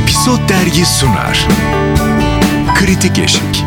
Episod Dergi sunar. Kritik Eşik.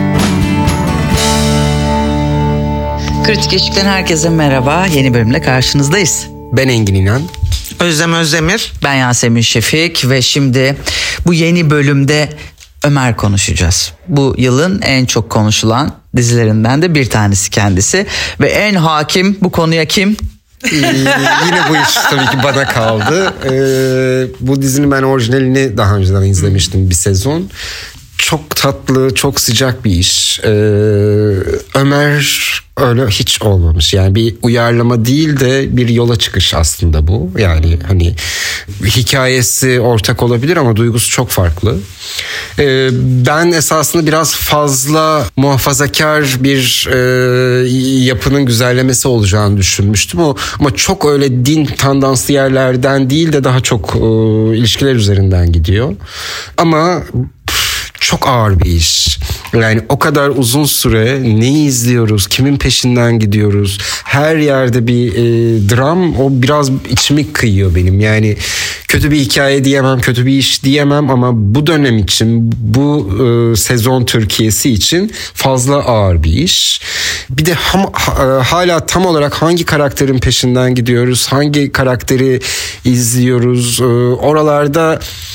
Kritik Eşik'ten herkese merhaba. Yeni bölümle karşınızdayız. Ben Engin İnan. Özlem Özdemir. Ben Yasemin Şefik ve şimdi bu yeni bölümde Ömer konuşacağız. Bu yılın en çok konuşulan dizilerinden de bir tanesi kendisi. Ve en hakim bu konuya kim? Yine bu iş tabii ki bana kaldı. Bu dizinin ben orijinalini daha önceden izlemiştim bir sezon. Çok tatlı, çok sıcak bir iş. Ömer öyle hiç olmamış. Yani bir uyarlama değil de bir yola çıkış aslında bu. Yani hani hikayesi ortak olabilir ama duygusu çok farklı. Ben esasında biraz fazla muhafazakar bir yapının güzellemesi olacağını düşünmüştüm. Ama çok öyle din tandanslı yerlerden değil de daha çok ilişkiler üzerinden gidiyor. Ama çok ağır bir iş. Yani o kadar uzun süre neyi izliyoruz, kimin peşinden gidiyoruz. Her yerde bir dram, o biraz içimi kıyıyor benim. Yani kötü bir hikaye diyemem, kötü bir iş diyemem ama bu dönem için, bu sezon Türkiye'si için fazla ağır bir iş. Bir de hala tam olarak hangi karakterin peşinden gidiyoruz, hangi karakteri izliyoruz, oralarda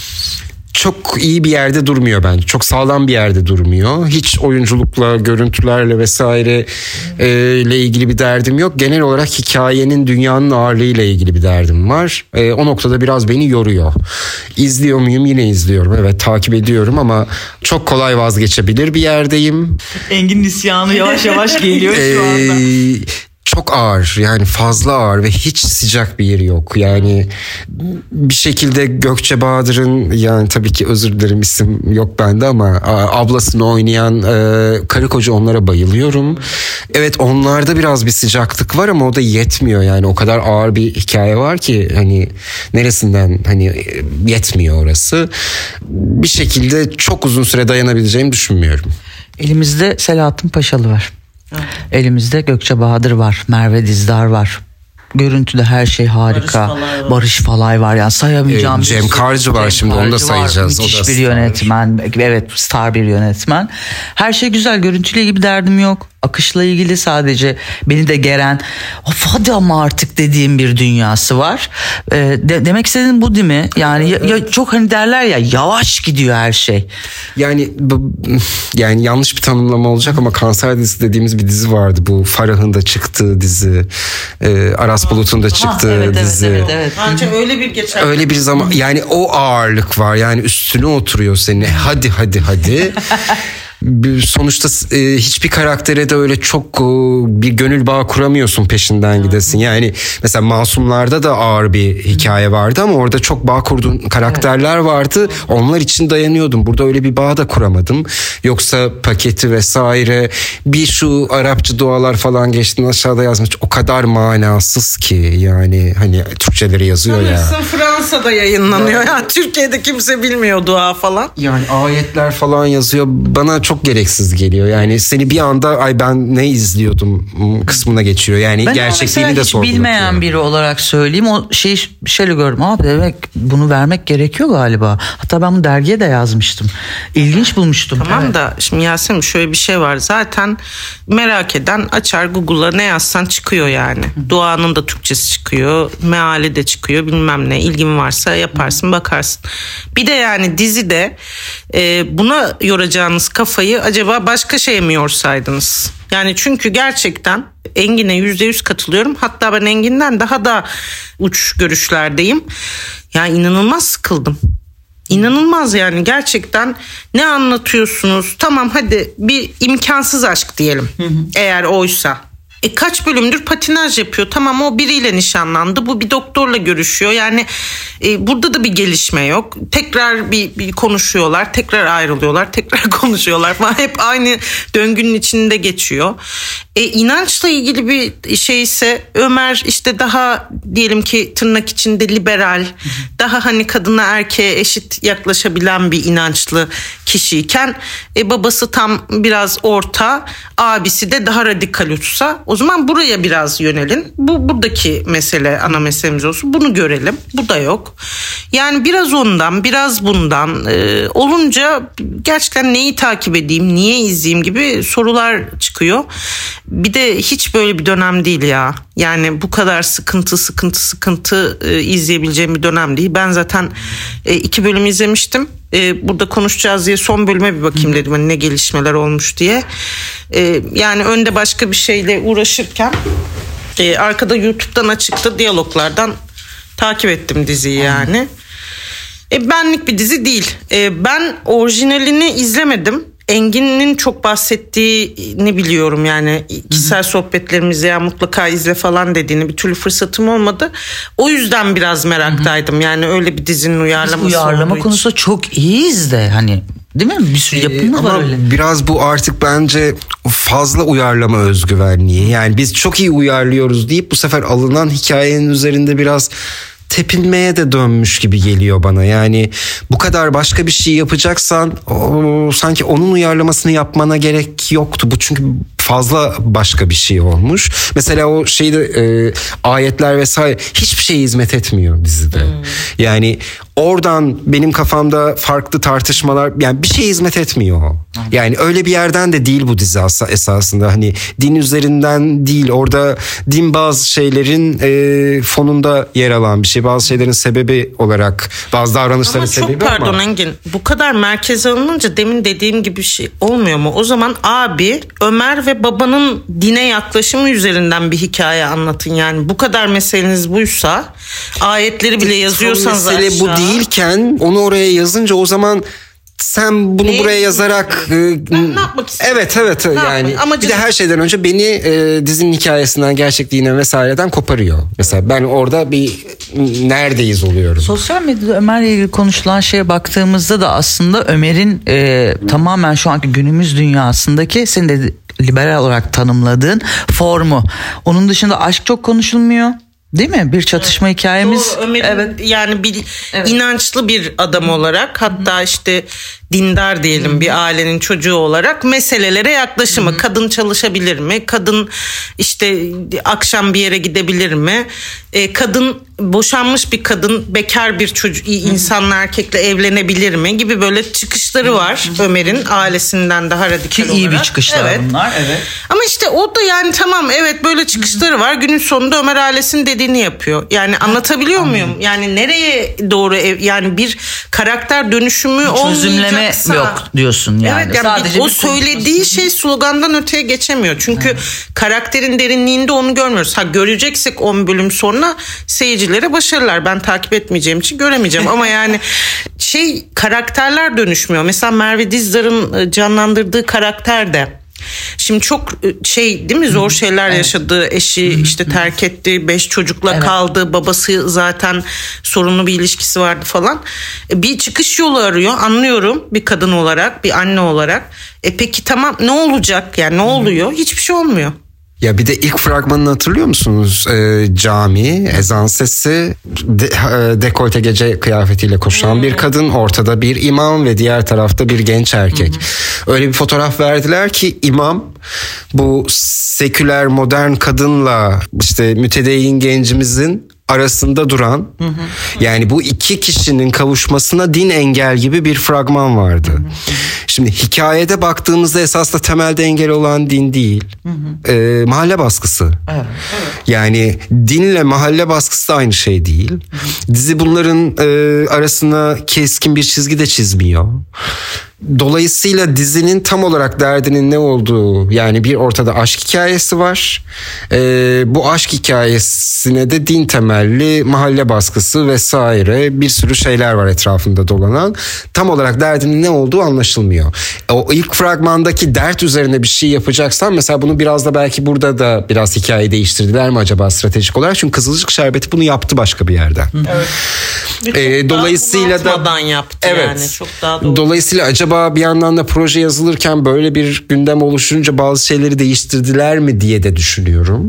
çok iyi bir yerde durmuyor bence. Çok sağlam bir yerde durmuyor. Hiç oyunculukla, görüntülerle vesaire ile ilgili bir derdim yok. Genel olarak hikayenin, dünyanın ağırlığıyla ilgili bir derdim var. O noktada biraz beni yoruyor. İzliyor muyum? Yine izliyorum. Evet, takip ediyorum ama çok kolay vazgeçebilir bir yerdeyim. Engin'in isyanı yavaş yavaş geliyor şu anda. Çok ağır, yani fazla ağır ve hiç sıcak bir yeri yok. Yani bir şekilde Gökçe Bahadır'ın, yani tabii ki özür dilerim isim yok bende ama ablasını oynayan karı koca, onlara bayılıyorum. Evet, onlarda biraz bir sıcaklık var ama o da yetmiyor. Yani o kadar ağır bir hikaye var ki hani neresinden hani yetmiyor orası. Bir şekilde çok uzun süre dayanabileceğimi düşünmüyorum. Elimizde Selahattin Paşalı var. Elimizde Gökçe Bahadır var, Merve Dizdar var. Görüntüde her şey harika. Barış Falay var. Yani sayamayacağım. Cem Karcı var, şimdi onu da sayacağız. Müthiş o da bir yönetmen. Evet, star bir yönetmen. Her şey güzel. Görüntüyle ilgili bir derdim yok. Akışla ilgili sadece beni de geren, of hadi ama artık dediğim bir dünyası var. Demek istediğin bu değil mi? Yani ya çok hani derler ya, yavaş gidiyor her şey. Yani yanlış bir tanımlama olacak ama Kanser dizisi dediğimiz bir dizi vardı. Bu Farah'ın da çıktığı dizi. Aras Bulut'un da çıktığı dizi. Evet. Bence öyle bir geçer. Öyle bir zaman, yani o ağırlık var. Yani üstüne oturuyor seni. Hadi. Sonuçta hiçbir karaktere de öyle çok bir gönül bağı kuramıyorsun, peşinden gidesin. Yani mesela Masumlar'da da ağır bir hikaye vardı ama orada çok bağ kurduğun karakterler vardı. Onlar için dayanıyordum. Burada öyle bir bağ da kuramadım. Yoksa paketi vesaire, bir şu Arapça dualar falan geçtiğinde aşağıda yazmış. O kadar manasız ki, yani hani Türkçeleri yazıyor ya. Fransa'da yayınlanıyor ya. Türkiye'de kimse bilmiyor dua falan. Yani ayetler falan yazıyor. Bana çok gereksiz geliyor. Yani seni bir anda ay ben ne izliyordum kısmına geçiyor. Yani ben gerçekliğini de hiç sorgulatıyor. bilmeyen biri olarak söyleyeyim. O şöyle gördüm. Abi demek bunu vermek gerekiyor galiba. Hatta ben bunu dergiye de yazmıştım. İlginç bulmuştum. Tamam evet. Da şimdi Yasemin, şöyle bir şey var. Zaten merak eden açar Google'a, ne yazsan çıkıyor yani. Duanın da Türkçesi çıkıyor. Meali de çıkıyor, bilmem ne. İlgin varsa yaparsın, bakarsın. Bir de yani dizide buna yoracağınız kafayı acaba başka şeye mi yorsaydınız? Yani çünkü gerçekten Engin'e %100 katılıyorum. Hatta ben Engin'den daha da uç görüşlerdeyim. Yani inanılmaz sıkıldım. İnanılmaz yani, gerçekten ne anlatıyorsunuz? Tamam, hadi bir imkansız aşk diyelim. Eğer oysa. Kaç bölümdür patinaj yapıyor. Tamam, o biriyle nişanlandı. Bu bir doktorla görüşüyor. Yani burada da bir gelişme yok. Tekrar bir konuşuyorlar. Tekrar ayrılıyorlar. Tekrar konuşuyorlar falan. Hep aynı döngünün içinde geçiyor. İnançla ilgili bir şey ise Ömer işte daha diyelim ki tırnak içinde liberal, daha hani kadına erkeğe eşit yaklaşabilen bir inançlı kişiyken babası tam biraz orta, abisi de daha radikal uçsa O zaman buraya biraz yönelin. Buradaki mesele ana meselemiz olsun. Bunu görelim. Bu da yok. Yani biraz ondan biraz bundan olunca gerçekten neyi takip edeyim, niye izleyeyim gibi sorular çıkıyor. Bir de hiç böyle bir dönem değil ya. Yani bu kadar sıkıntı izleyebileceğim bir dönem değil. Ben zaten 2 bölüm izlemiştim. Burada konuşacağız diye son bölüme bir bakayım dedim. Hani ne gelişmeler olmuş diye. Yani önde başka bir şeyle uğraşırken arkada YouTube'dan açıkta diyaloglardan takip ettim diziyi yani. Benlik bir dizi değil. Ben orijinalini izlemedim. Engin'in çok bahsettiğini biliyorum yani kişisel sohbetlerimizde ya mutlaka izle falan dediğini, bir türlü fırsatım olmadı. O yüzden biraz meraktaydım yani öyle bir dizinin uyarlaması. Uyarlama konusu çok iyiyiz de hani, değil mi? Bir sürü yapımı var öyle. Biraz bu artık bence fazla uyarlama özgüvenliği. Yani biz çok iyi uyarlıyoruz deyip bu sefer alınan hikayenin üzerinde biraz tepinmeye de dönmüş gibi geliyor bana. Yani bu kadar başka bir şey yapacaksan sanki onun uyarlamasını yapmana gerek yoktu. Bu çünkü fazla başka bir şey olmuş. Mesela o şeyde ayetler vesaire hiçbir şeye hizmet etmiyor dizide. Yani oradan benim kafamda farklı tartışmalar, yani bir şeye hizmet etmiyor. Yani öyle bir yerden de değil bu dizi esasında. Hani din üzerinden değil, orada din bazı şeylerin fonunda yer alan bir şey. Bazı şeylerin sebebi olarak, bazı davranışların sebebi ama. Çok pardon Engin, bu kadar merkeze alınınca demin dediğim gibi bir şey olmuyor mu? O zaman abi, Ömer ve babanın dine yaklaşımı üzerinden bir hikaye anlatın yani. Bu kadar meseleniz buysa, ayetleri bile yazıyorsanız mesele aşağı. Bu değilken onu oraya yazınca o zaman sen bunu buraya yazarak ne yapmak istiyorsun? evet yani bir de her şeyden önce beni dizinin hikayesinden, gerçekliğine vesaireden koparıyor. Mesela ben orada bir neredeyiz oluyorum. Sosyal medyada Ömer'le ilgili konuşulan şeye baktığımızda da aslında Ömer'in tamamen şu anki günümüz dünyasındaki, senin de liberal olarak tanımladığın formu. Onun dışında aşk çok konuşulmuyor. Değil mi? Bir çatışma hikayemiz. Doğru, Ömer'in yani bir inançlı bir adam olarak, hatta işte dindar diyelim, bir ailenin çocuğu olarak meselelere yaklaşımı. Kadın çalışabilir mi? Kadın işte akşam bir yere gidebilir mi? Kadın, boşanmış bir kadın bekar bir çocuk, insanla, erkekle evlenebilir mi gibi böyle çıkışları var Ömer'in, ailesinden daha radikal olarak. İyi bir çıkışlar bunlar. Evet. Ama işte o da yani tamam, evet böyle çıkışları var. Günün sonunda Ömer ailesinin dediğini yapıyor. Yani anlatabiliyor muyum? Yani nereye doğru yani bir karakter dönüşümü olmayacaksa. Yok diyorsun yani. Evet, yani sadece o söylediği şey slogandan öteye geçemiyor. Çünkü karakterin derinliğinde onu görmüyoruz. Göreceksek 10 bölüm sonra seyircilere başarılar. Ben takip etmeyeceğim için göremeyeceğim. Ama yani karakterler dönüşmüyor. Mesela Merve Dizdar'ın canlandırdığı karakter de. Şimdi çok değil mi, zor şeyler yaşadı. Eşi işte terk etti, 5 çocukla kaldı. Babası zaten sorunlu bir ilişkisi vardı falan. Bir çıkış yolu arıyor, anlıyorum, bir kadın olarak, bir anne olarak. Peki tamam, ne olacak yani, ne oluyor? Hiçbir şey olmuyor. Ya bir de ilk fragmanını hatırlıyor musunuz? Cami, ezan sesi, dekolte gece kıyafetiyle koşan bir kadın, ortada bir imam ve diğer tarafta bir genç erkek. Öyle bir fotoğraf verdiler ki imam bu seküler modern kadınla işte mütedeyyin gencimizin arasında duran, yani bu iki kişinin kavuşmasına din engel gibi bir fragman vardı. Şimdi hikayede baktığımızda esasında temelde engel olan din değil, mahalle baskısı. Yani dinle mahalle baskısı da aynı şey değil. Dizi bunların arasına keskin bir çizgi de çizmiyor. Dolayısıyla dizinin tam olarak derdinin ne olduğu, yani bir ortada aşk hikayesi var. Bu aşk hikayesine de din temelli mahalle baskısı vesaire bir sürü şeyler var etrafında dolanan. Tam olarak derdinin ne olduğu anlaşılmıyor. O ilk fragmandaki dert üzerine bir şey yapacaksan mesela bunu biraz da belki burada da biraz hikaye değiştirdiler mi acaba stratejik olarak? Çünkü Kızılcık Şerbeti bunu yaptı başka bir yerden. Dolayısıyla da yaptı yani, çok daha doğru. Dolayısıyla acaba bir yandan da proje yazılırken böyle bir gündem oluşturunca bazı şeyleri değiştirdiler mi diye de düşünüyorum.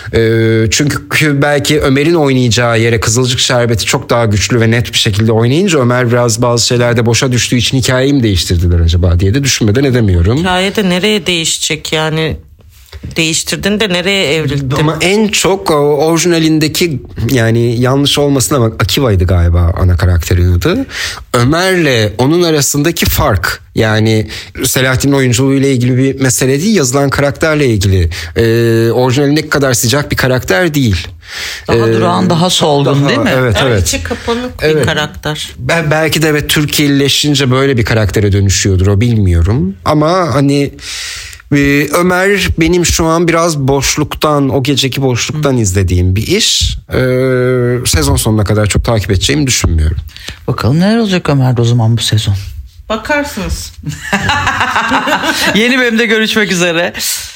Çünkü belki Ömer'in oynayacağı yere Kızılcık Şerbeti çok daha güçlü ve net bir şekilde oynayınca Ömer biraz bazı şeylerde boşa düştüğü için hikayeyi mi değiştirdiler acaba diye de düşünmeden edemiyorum. Hikayede nereye değişecek yani? değiştirdin de nereye evrildin? Ama en çok orijinalindeki, yani yanlış olmasına bak, Akiva'ydı galiba ana karakterin adı. Ömer'le onun arasındaki fark, yani Selahattin'in oyunculuğuyla ilgili bir mesele değil, yazılan karakterle ilgili. Orijinalindeki kadar sıcak bir karakter değil. Daha durağan, daha solgun değil mi? Evet, evet. İçi kapanık bir karakter. Belki de evet, Türkiye'lileşince böyle bir karaktere dönüşüyordur, o bilmiyorum. Ama hani Ömer benim şu an biraz boşluktan, o geceki boşluktan izlediğim bir iş. Sezon sonuna kadar çok takip edeceğimi düşünmüyorum. Bakalım neler olacak Ömer'de o zaman bu sezon. Bakarsınız. Yeni bölümde görüşmek üzere.